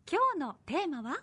今日のテーマは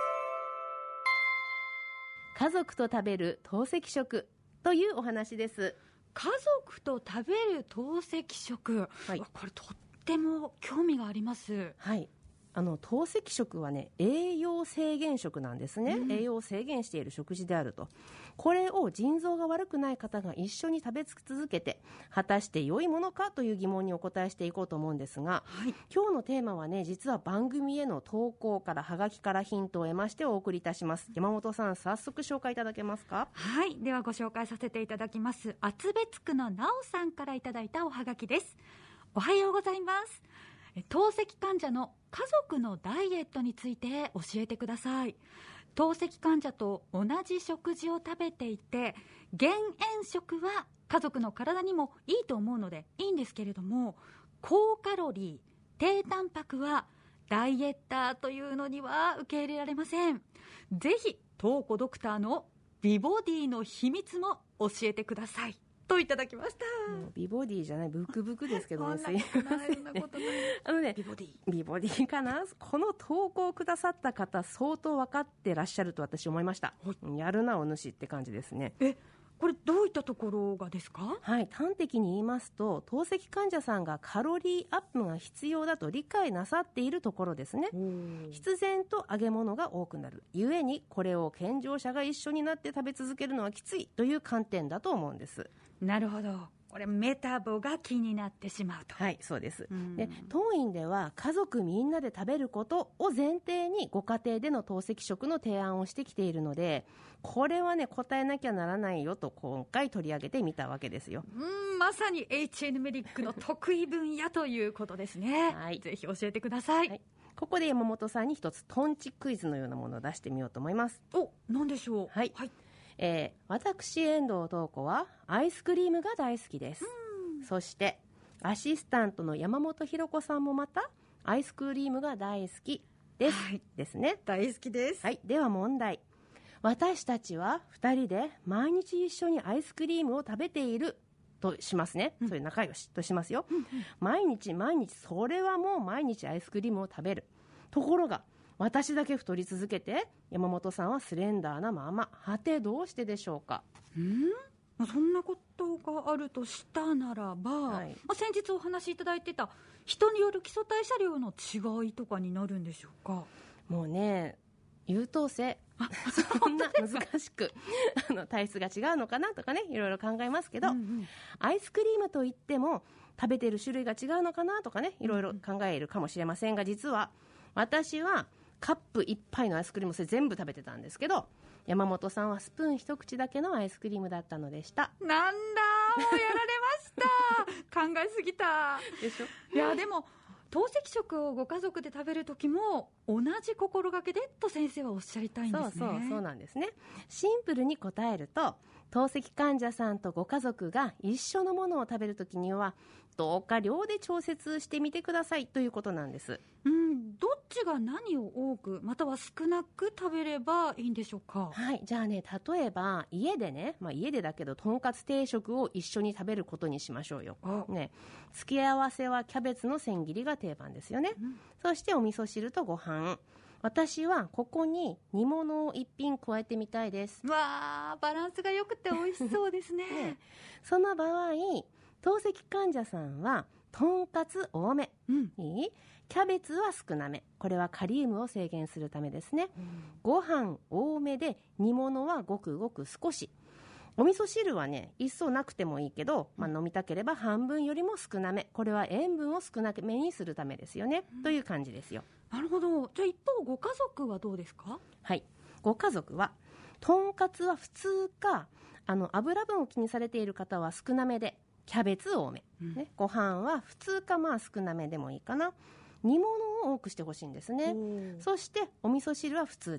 家族と食べる透析食というお話です。 家族と食べる透析食、 はい、 これとっても興味があります。 はい、透析食はね、栄養制限食なんですね、栄養を制限している食事であると。これを腎臓が悪くない方が一緒に食べ続けて果たして良いものかという疑問にお答えしていこうと思うんですが、 はい、 今日のテーマはね、実は番組への投稿からはがきからヒントを得ましてお送りいたします。山本さん、早速紹介いただけますか？ はい、ではご紹介させていただきます。厚別区のなおさんからいただいたおはがきです。おはようございます。透析患者の家族のダイエットについて教えてください。透析患者と同じ食事を食べていて、減塩食は家族の体にもいいと思うのでいいんですけれども、高カロリー、低タンパクはダイエッターというのには受け入れられません。ぜひ東子ドクターの美ボディの秘密も教えてくださいといただきました。 美ボディじゃない、ブクブクですけどね。 そんなことない美ボディかな。この投稿をくださった方、相当分かってらっしゃると私思いました。やるなお主って感じですね。 これどういったところがですか？ はい、端的に言いますと、透析患者さんがカロリーアップが必要だと理解なさっているところですね。必然と揚げ物が多くなるゆえに、これを健常者が一緒になって食べ続けるのはきついという観点だと思うんです。 なるほど、これメタボが気になってしまうと。 はい、そうです。で、当院では家族みんなで食べることを前提にご家庭での透析食の提案をしてきているので、これはね、答えなきゃならないよと今回取り上げてみたわけですよ。 まさに HN メディックの得意分野ということですね。はい、ぜひ教えてください。 はい、ここで山本さんに一つトンチクイズのようなものを出してみようと思います。 何でしょう？ はい、はい、私遠藤東子はアイスクリームが大好きです。そしてアシスタントの山本ひろ子さんもまたアイスクリームが大好きです、ですね。 大好きです。 はい、では問題。私たちは2人で毎日一緒にアイスクリームを食べているとしますね。それ仲良しとしますよ。毎日それはもう毎日アイスクリームを食べる。ところが私だけ太り続けて、山本さんはスレンダーなまま。はてどうしてでしょうか？ そんなことがあるとしたならば、先日お話しいただいてた人による基礎代謝量の違いとかになるんでしょうか？ もうね、優等生そんな難しく体質が違うのかなとかね、いろいろ考えますけど、アイスクリームといっても食べてる種類が違うのかなとかね、いろいろ考えるかもしれませんが、実は私はカップ1杯のアイスクリームをそれ全部食べてたんですけど、山本さんはスプーン一口だけのアイスクリームだったのでした。 なんだ、もうやられました考えすぎたでしょ。 いや、でも透析食をご家族で食べるときも同じ心がけでと先生はおっしゃりたいんですね。 そうなんですね。シンプルに答えると、透析患者さんとご家族が一緒のものを食べるときにはどうか量で調節してみてくださいということなんです。 どっちが何を多くまたは少なく食べればいいんでしょうか？ はい、じゃあね、例えば家でね、家でだけどとんかつ定食を一緒に食べることにしましょうよ。ね、付け合わせはキャベツの千切りが定番ですよね。そしてお味噌汁とご飯。私はここに煮物を一品加えてみたいです。 わー、バランスが良くて美味しそうですね。 その場合、透析患者さんはとんかつ多め、キャベツは少なめ。これはカリウムを制限するためですね。ご飯多めで煮物はごくごく少し。お味噌汁はね、一層なくてもいいけど、飲みたければ半分よりも少なめ。これは塩分を少なめにするためですよね、という感じですよ。 なるほど。じゃあ一方ご家族はどうですか？ はい、ご家族はとんかつは普通か、油分を気にされている方は少なめで、キャベツ多め、ご飯は普通か少なめでもいいかな。煮物を多くしてほしいんですね。そしてお味噌汁は普通です。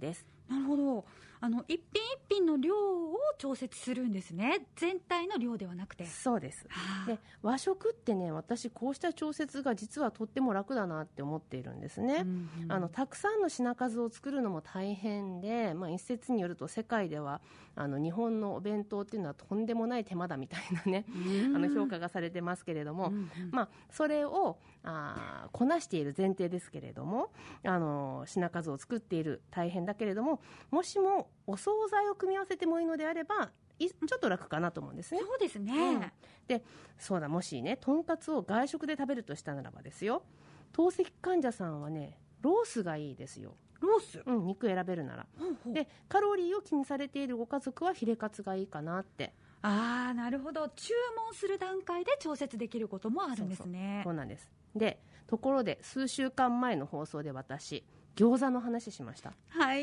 なるほど。一品一品の量を調節するんですね。全体の量ではなくて。 そうです。で、和食ってね、私こうした調節が実はとっても楽だなって思っているんですね。たくさんの品数を作るのも大変で、一説によると世界では日本のお弁当っていうのはとんでもない手間だみたいなね、評価がされてますけれども、それをこなしている前提ですけれども、品数を作っている大変だけれども、もしもお惣菜を組み合わせてもいいのであればちょっと楽かなと思うんですね。 そうですね、 で、そうだ、もしねとんかつを外食で食べるとしたならばですよ、透析患者さんはねロースがいいですよ。 ロース、 肉選べるなら。で、カロリーを気にされているご家族はヒレカツがいいかなって。 なるほど。注文する段階で調節できることもあるんですね。 そうなんです。で、ところで数週間前の放送で私餃子の話しました。 はい、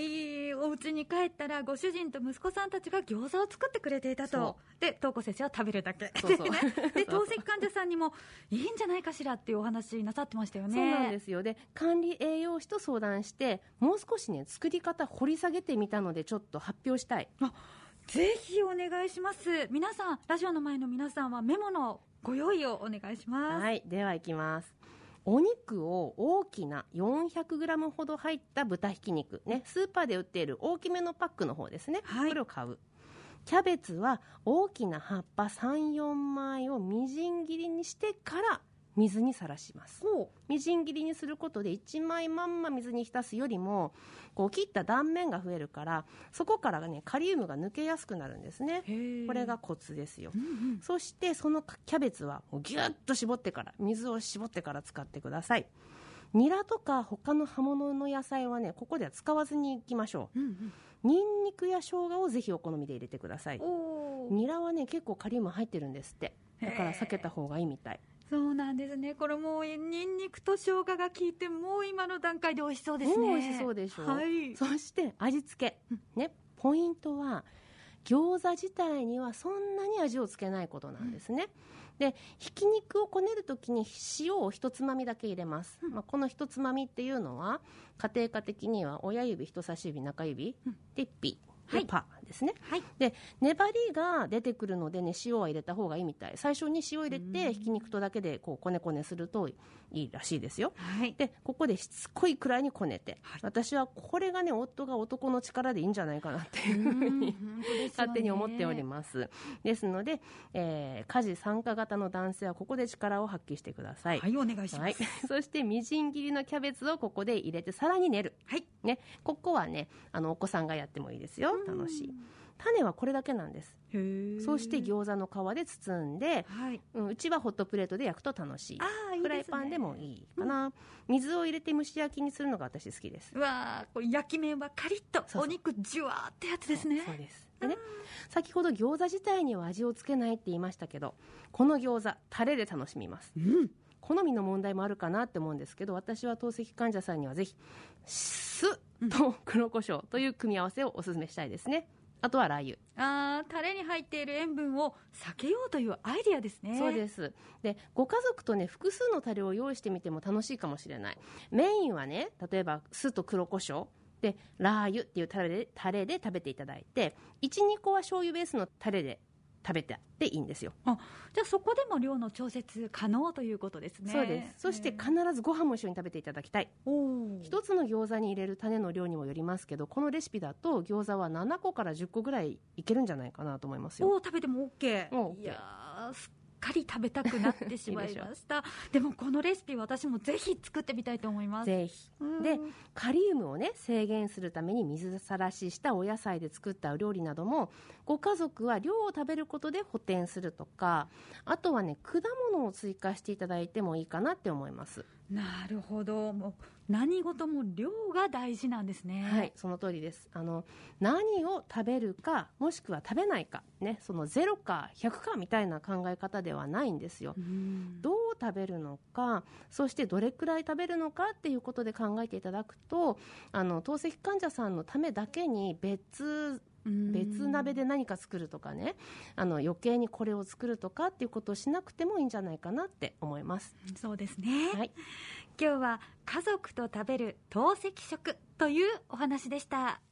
お家に帰ったらご主人と息子さんたちが餃子を作ってくれていたと。で、東子先生は食べるだけ。 そうそうで、透析患者さんにもいいんじゃないかしらっていうお話なさってましたよね。 そうなんですよ。で、管理栄養士と相談してもう少しね作り方掘り下げてみたのでちょっと発表したい。 ぜひお願いします。皆さん、ラジオの前の皆さんはメモのご用意をお願いします。 はい、ではいきます。お肉を大きな 400g ほど入った豚ひき肉、ね、スーパーで売っている大きめのパックの方ですね、これを買う。キャベツは大きな葉っぱ 3,4 枚をみじん切りにしてから水にさらします。みじん切りにすることで1枚まんま水に浸すよりもこう切った断面が増えるからそこからねカリウムが抜けやすくなるんですね。これがコツですよ。そしてそのキャベツはギュッと絞ってから水を絞ってから使ってください。ニラとか他の葉物の野菜はねここでは使わずにいきましょう。ニンニクや生姜をぜひお好みで入れてください。ニラはね結構カリウム入ってるんですって。だから避けた方がいいみたい。 そうなんですね。これもうニンニクと生姜が効いてもう今の段階で美味しそうですね。 美味しそうでしょう、そして味付け、ね、ポイントは餃子自体にはそんなに味をつけないことなんですね。で、ひき肉をこねるときに塩を一つまみだけ入れます。この一つまみっていうのは家庭科的には親指、人差し指、中指、でピでパですね、で粘りが出てくるので、ね、塩は入れた方がいいみたい。最初に塩入れてひき肉とだけでこねこねするといいらしいですよ、でここでしつこいくらいにこねて、私はこれがね夫が男の力でいいんじゃないかなっていうふうに勝手に思っております。ですので、家事参加型の男性はここで力を発揮してください。 お願いします、 そしてみじん切りのキャベツをここで入れてさらに練る、ね、ここはねお子さんがやってもいいですよ。楽しい。種はこれだけなんです。そして餃子の皮で包んで、うちはホットプレートで焼くと楽しい。フライパンでもいいかな、水を入れて蒸し焼きにするのが私好きです。 これ焼き目はカリッとお肉ジュワーってやつですね。 そうです。でね、先ほど餃子自体には味をつけないって言いましたけど、この餃子タレで楽しみます、好みの問題もあるかなって思うんですけど、私は透析患者さんにはぜひ酢と黒胡椒という組み合わせをお勧めしたいですね。あとはラー油。 タレに入っている塩分を避けようというアイディアですね。 そうです。で、ご家族とね複数のタレを用意してみても楽しいかもしれない。メインはね、例えば酢と黒胡椒でラー油っていうタレで食べていただいて、 1,2 個は醤油ベースのタレで食べていいんですよ。 じゃあそこでも量の調節可能ということですね。 そうです。そして必ずご飯も一緒に食べていただきたい。一つの餃子に入れる種の量にもよりますけど、このレシピだと餃子は7個から10個ぐらいいけるんじゃないかなと思いますよ。 食べても OK。いやー、すっかり食べたくなってしまいましたでもこのレシピ私もぜひ作ってみたいと思います。 ぜひ。で、カリウムをね制限するために水さらししたお野菜で作ったお料理なども、ご家族は量を食べることで補填するとか、あとはね果物を追加していただいてもいいかなって思います。 なるほど。もう何事も量が大事なんですね。 はい、その通りです。何を食べるかもしくは食べないか、ね、その0か100かみたいな考え方ではないんですよ。どう食べるのか、そしてどれくらい食べるのかっていうことで考えていただくと、透析患者さんのためだけに別鍋で何か作るとかね、余計にこれを作るとかっていうことをしなくてもいいんじゃないかなって思います。 そうですね、今日は家族と食べる透析食というお話でした。